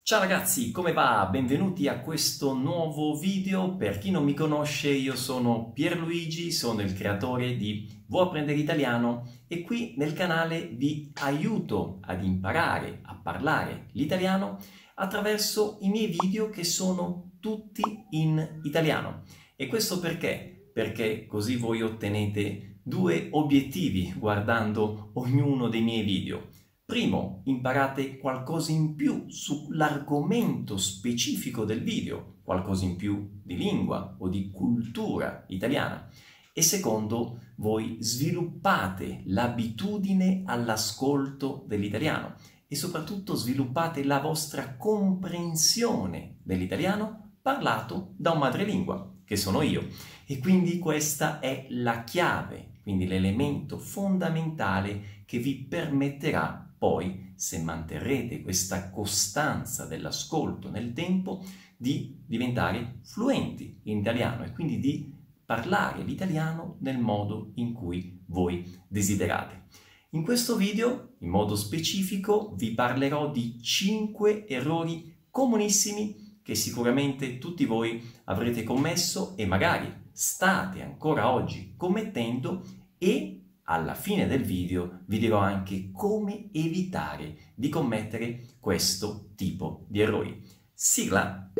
Ciao ragazzi, come va? Benvenuti a questo nuovo video. Per chi non mi conosce, io sono Pierluigi, sono il creatore di Vuoi apprendere italiano e qui nel canale vi aiuto ad imparare a parlare l'italiano attraverso i miei video che sono tutti in italiano. E questo perché? Perché così voi ottenete due obiettivi guardando ognuno dei miei video. Primo, imparate qualcosa in più sull'argomento specifico del video, qualcosa in più di lingua o di cultura italiana. E secondo, voi sviluppate l'abitudine all'ascolto dell'italiano e soprattutto sviluppate la vostra comprensione dell'italiano parlato da un madrelingua, che sono io. E quindi questa è la chiave, quindi l'elemento fondamentale che vi permetterà poi, se manterrete questa costanza dell'ascolto nel tempo, di diventare fluenti in italiano e quindi di parlare l'italiano nel modo in cui voi desiderate. In questo video, in modo specifico, vi parlerò di 5 errori comunissimi che sicuramente tutti voi avrete commesso e magari state ancora oggi commettendo, e alla fine del video vi dirò anche come evitare di commettere questo tipo di errori. Sigla!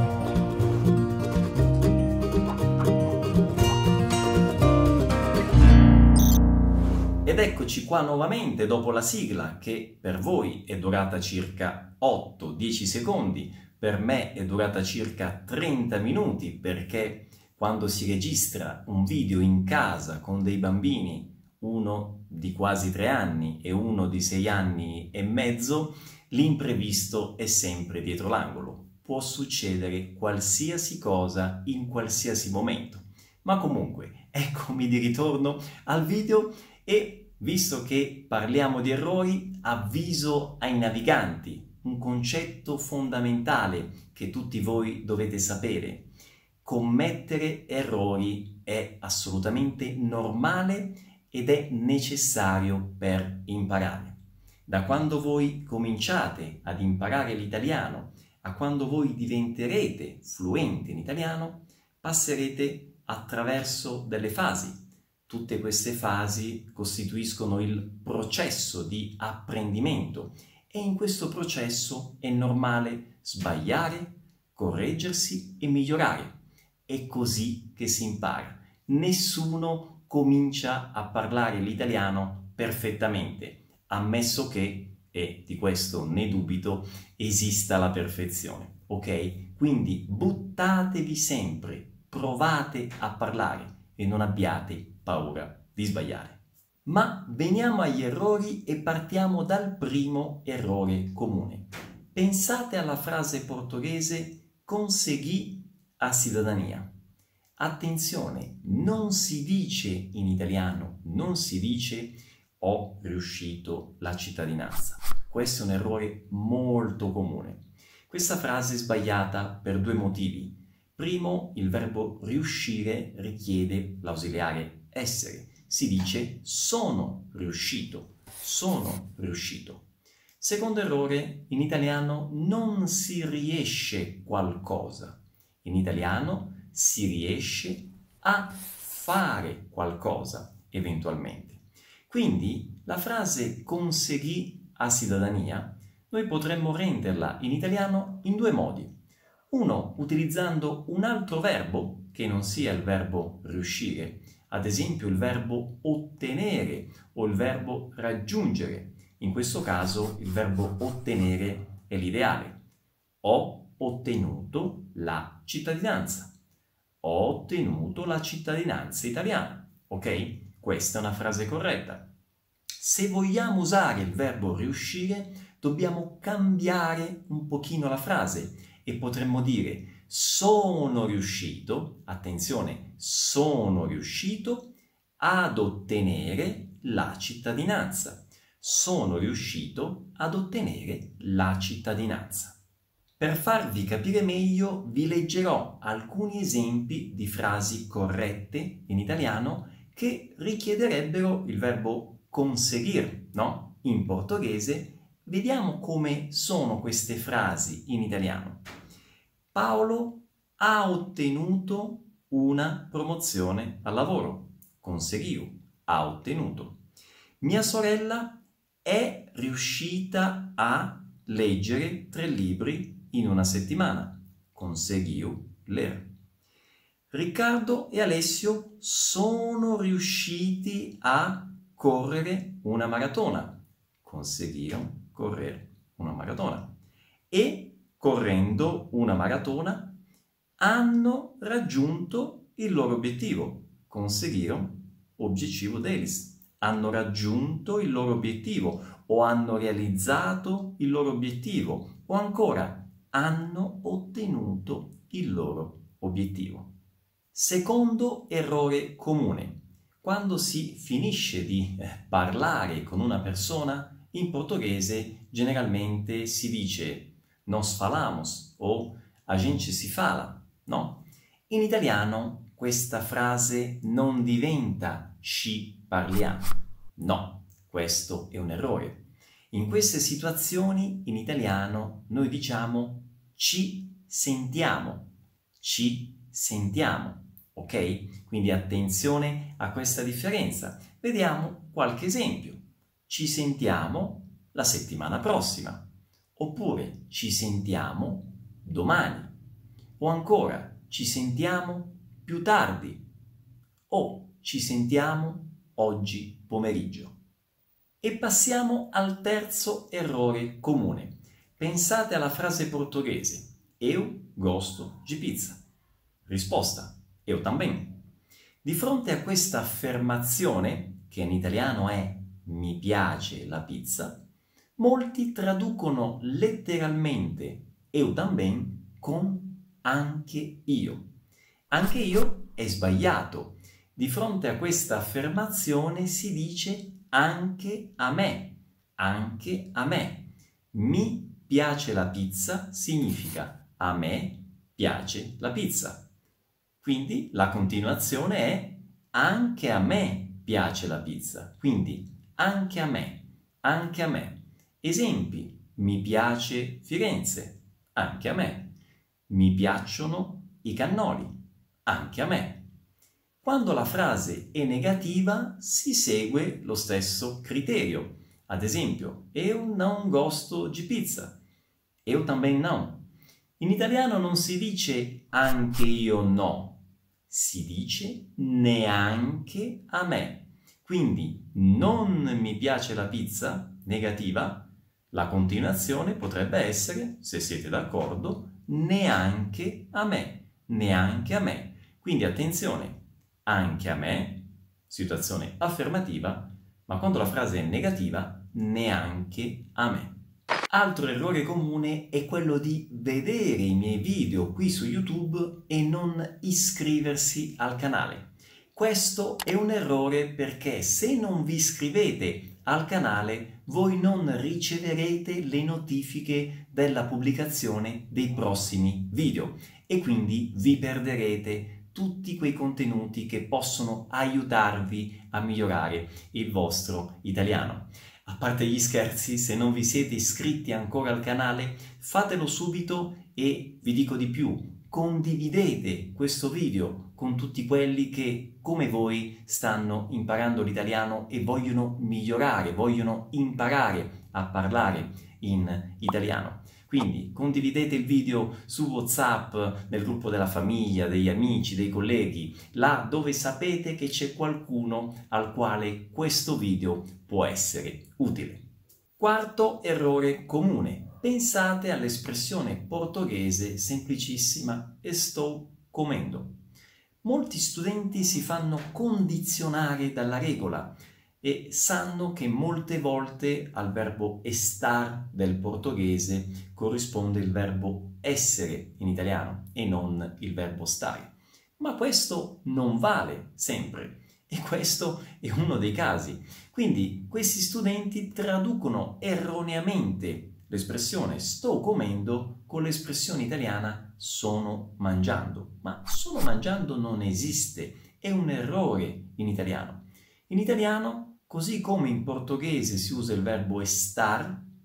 Ed eccoci qua nuovamente dopo la sigla, che per voi è durata circa 8-10 secondi, per me è durata circa 30 minuti, perché quando si registra un video in casa con dei bambini, uno di quasi 3 anni e uno di 6 anni e mezzo, l'imprevisto è sempre dietro l'angolo. Può succedere qualsiasi cosa in qualsiasi momento. Ma comunque, eccomi di ritorno al video e, visto che parliamo di errori, avviso ai naviganti un concetto fondamentale che tutti voi dovete sapere. Commettere errori è assolutamente normale ed è necessario per imparare. Da quando voi cominciate ad imparare l'italiano a quando voi diventerete fluenti in italiano, passerete attraverso delle fasi. Tutte queste fasi costituiscono il processo di apprendimento e in questo processo è normale sbagliare, correggersi e migliorare. È così che si impara. Nessuno comincia a parlare l'italiano perfettamente, ammesso che, e di questo ne dubito, esista la perfezione, ok? Quindi buttatevi sempre, provate a parlare e non abbiate paura di sbagliare. Ma veniamo agli errori e partiamo dal primo errore comune. Pensate alla frase portoghese consegui a cidadania. Attenzione, non si dice in italiano, non si dice ho riuscito la cittadinanza. Questo è un errore molto comune. Questa frase è sbagliata per due motivi. Primo, il verbo riuscire richiede l'ausiliare essere. Si dice sono riuscito, sono riuscito. Secondo errore, in italiano non si riesce qualcosa. In italiano si riesce a fare qualcosa eventualmente. Quindi la frase conseguì a cidadania noi potremmo renderla in italiano in due modi. Uno, utilizzando un altro verbo che non sia il verbo riuscire, ad esempio il verbo ottenere o il verbo raggiungere. In questo caso il verbo ottenere è l'ideale. Ho ottenuto la cittadinanza. Ho ottenuto la cittadinanza italiana, ok? Questa è una frase corretta. Se vogliamo usare il verbo riuscire, dobbiamo cambiare un pochino la frase e potremmo dire sono riuscito, attenzione, sono riuscito ad ottenere la cittadinanza. Sono riuscito ad ottenere la cittadinanza. Per farvi capire meglio vi leggerò alcuni esempi di frasi corrette in italiano che richiederebbero il verbo conseguir, no? In portoghese Vediamo come sono queste frasi in italiano. Paolo ha ottenuto una promozione al lavoro. Conseguiu, ha ottenuto. Mia sorella è riuscita a leggere 3 libri in una settimana. Conseguiu ler. Riccardo e Alessio sono riusciti a correre una maratona. Conseguiu correre una maratona. E correndo una maratona hanno raggiunto il loro obiettivo. Conseguiu objetivo deles. Hanno raggiunto il loro obiettivo o hanno realizzato il loro obiettivo o ancora hanno ottenuto il loro obiettivo. Secondo errore comune. Quando si finisce di parlare con una persona, in portoghese generalmente si dice nós falamos o a gente si fala, no? In italiano questa frase non diventa ci parliamo. No, questo è un errore. In queste situazioni in italiano noi diciamo ci sentiamo, ok? Quindi attenzione a questa differenza. Vediamo qualche esempio. Ci sentiamo la settimana prossima, oppure ci sentiamo domani, o ancora ci sentiamo più tardi, o ci sentiamo oggi pomeriggio. E passiamo al terzo errore comune. Pensate alla frase portoghese: eu gosto de pizza. Risposta: eu também. Di fronte a questa affermazione, che in italiano è mi piace la pizza, molti traducono letteralmente eu também con anche io. Anche io è sbagliato. Di fronte a questa affermazione si dice anche a me, anche a me. Mi piace la pizza significa a me piace la pizza. Quindi la continuazione è anche a me piace la pizza. Quindi anche a me, anche a me. Esempi: mi piace Firenze, anche a me. Mi piacciono i cannoli, anche a me. Quando la frase è negativa si segue lo stesso criterio. Ad esempio, eu não gosto de pizza. Eu também não. In italiano non si dice anche io no, si dice neanche a me. Quindi non mi piace la pizza, negativa, la continuazione potrebbe essere, se siete d'accordo, neanche a me, neanche a me. Quindi attenzione, anche a me, situazione affermativa, ma quando la frase è negativa, neanche a me. Altro errore comune è quello di vedere i miei video qui su YouTube e non iscriversi al canale. Questo è un errore perché se non vi iscrivete al canale voi non riceverete le notifiche della pubblicazione dei prossimi video e quindi vi perderete tutti quei contenuti che possono aiutarvi a migliorare il vostro italiano. A parte gli scherzi, se non vi siete iscritti ancora al canale, fatelo subito e vi dico di più, condividete questo video con tutti quelli che, come voi, stanno imparando l'italiano e vogliono migliorare, vogliono imparare a parlare in italiano. Quindi condividete il video su WhatsApp, nel gruppo della famiglia, degli amici, dei colleghi, là dove sapete che c'è qualcuno al quale questo video può essere utile. Quarto errore comune. Pensate all'espressione portoghese semplicissima estou comendo. Molti studenti si fanno condizionare dalla regola e sanno che molte volte al verbo estar del portoghese corrisponde il verbo essere in italiano e non il verbo stare. Ma questo non vale sempre e questo è uno dei casi. Quindi questi studenti traducono erroneamente l'espressione sto comendo con l'espressione italiana sono mangiando. Ma sono mangiando non esiste, è un errore in italiano. In italiano, così come in portoghese si usa il verbo estar,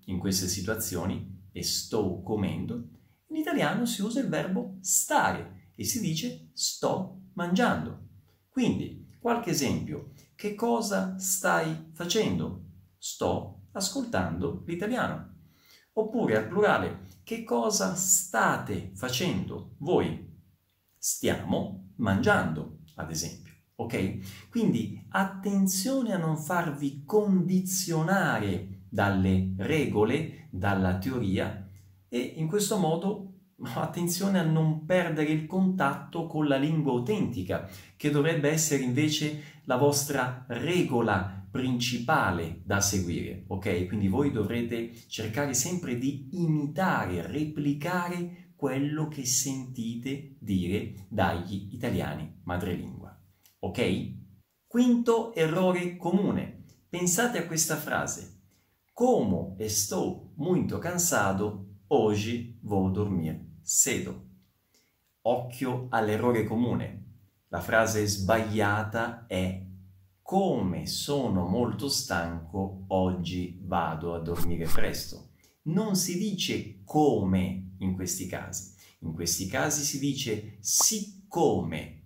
in queste situazioni e sto comendo, in italiano si usa il verbo stare e si dice sto mangiando. Quindi, qualche esempio. Che cosa stai facendo? Sto ascoltando l'italiano. Oppure al plurale, che cosa state facendo voi? Stiamo mangiando, ad esempio. Ok? Quindi attenzione a non farvi condizionare dalle regole, dalla teoria e in questo modo attenzione a non perdere il contatto con la lingua autentica, che dovrebbe essere invece la vostra regola principale da seguire, ok? Quindi voi dovrete cercare sempre di imitare, replicare quello che sentite dire dagli italiani madrelingua, ok? Quinto errore comune. Pensate a questa frase. Como estou muito cansado, oggi vou dormir cedo. Occhio all'errore comune. La frase sbagliata è come sono molto stanco, oggi vado a dormire presto. Non si dice come in questi casi. In questi casi si dice siccome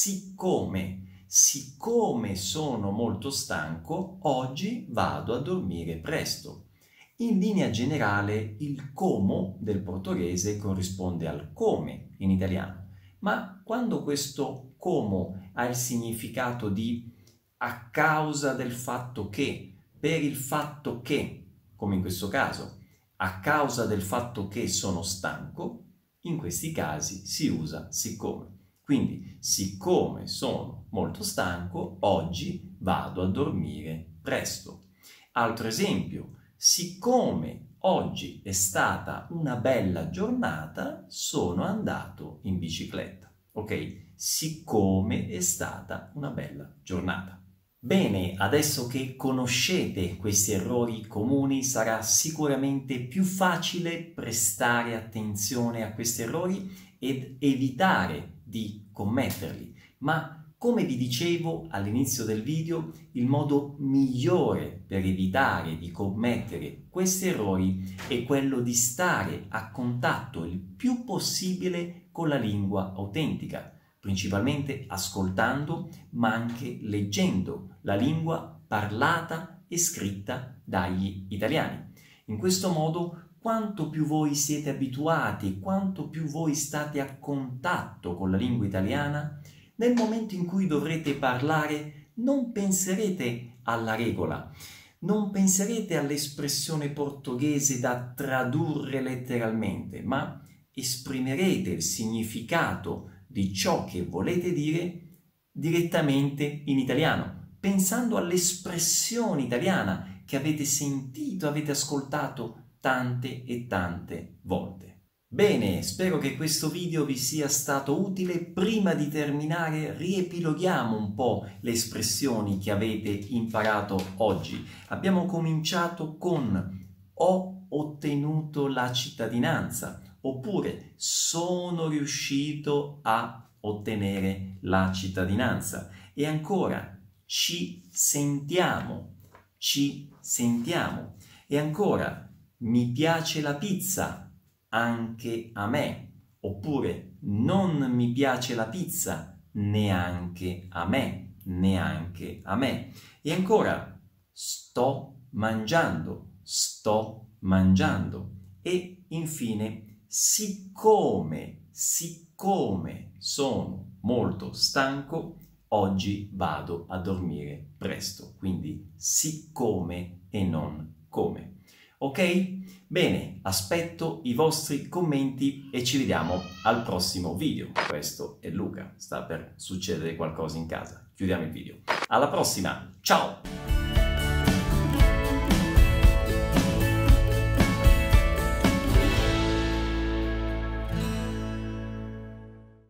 sono molto stanco, oggi vado a dormire presto. In linea generale il como del portoghese corrisponde al come in italiano, ma quando questo como ha il significato di a causa del fatto che, per il fatto che, come in questo caso, a causa del fatto che sono stanco, in questi casi si usa siccome. Quindi, siccome sono molto stanco, oggi vado a dormire presto. Altro esempio, siccome oggi è stata una bella giornata, sono andato in bicicletta. Ok? Siccome è stata una bella giornata. Bene, adesso che conoscete questi errori comuni, sarà sicuramente più facile prestare attenzione a questi errori ed evitare di commetterli. Ma come vi dicevo all'inizio del video, il modo migliore per evitare di commettere questi errori è quello di stare a contatto il più possibile con la lingua autentica, principalmente ascoltando ma anche leggendo la lingua parlata e scritta dagli italiani. In questo modo, quanto più voi siete abituati, quanto più voi state a contatto con la lingua italiana, nel momento in cui dovrete parlare non penserete alla regola, non penserete all'espressione portoghese da tradurre letteralmente, ma esprimerete il significato di ciò che volete dire direttamente in italiano, pensando all'espressione italiana che avete sentito, avete ascoltato tante e tante volte. Bene, spero che questo video vi sia stato utile. Prima di terminare riepiloghiamo un po' le espressioni che avete imparato oggi. Abbiamo cominciato con ho ottenuto la cittadinanza, oppure sono riuscito a ottenere la cittadinanza. E ancora ci sentiamo. E ancora mi piace la pizza, anche a me. Oppure non mi piace la pizza, neanche a me. E ancora sto mangiando. E infine siccome sono molto stanco, oggi vado a dormire presto. Quindi siccome e non come. Ok? Bene, aspetto i vostri commenti e ci vediamo al prossimo video. Questo è Luca, sta per succedere qualcosa in casa. Chiudiamo il video. Alla prossima, ciao!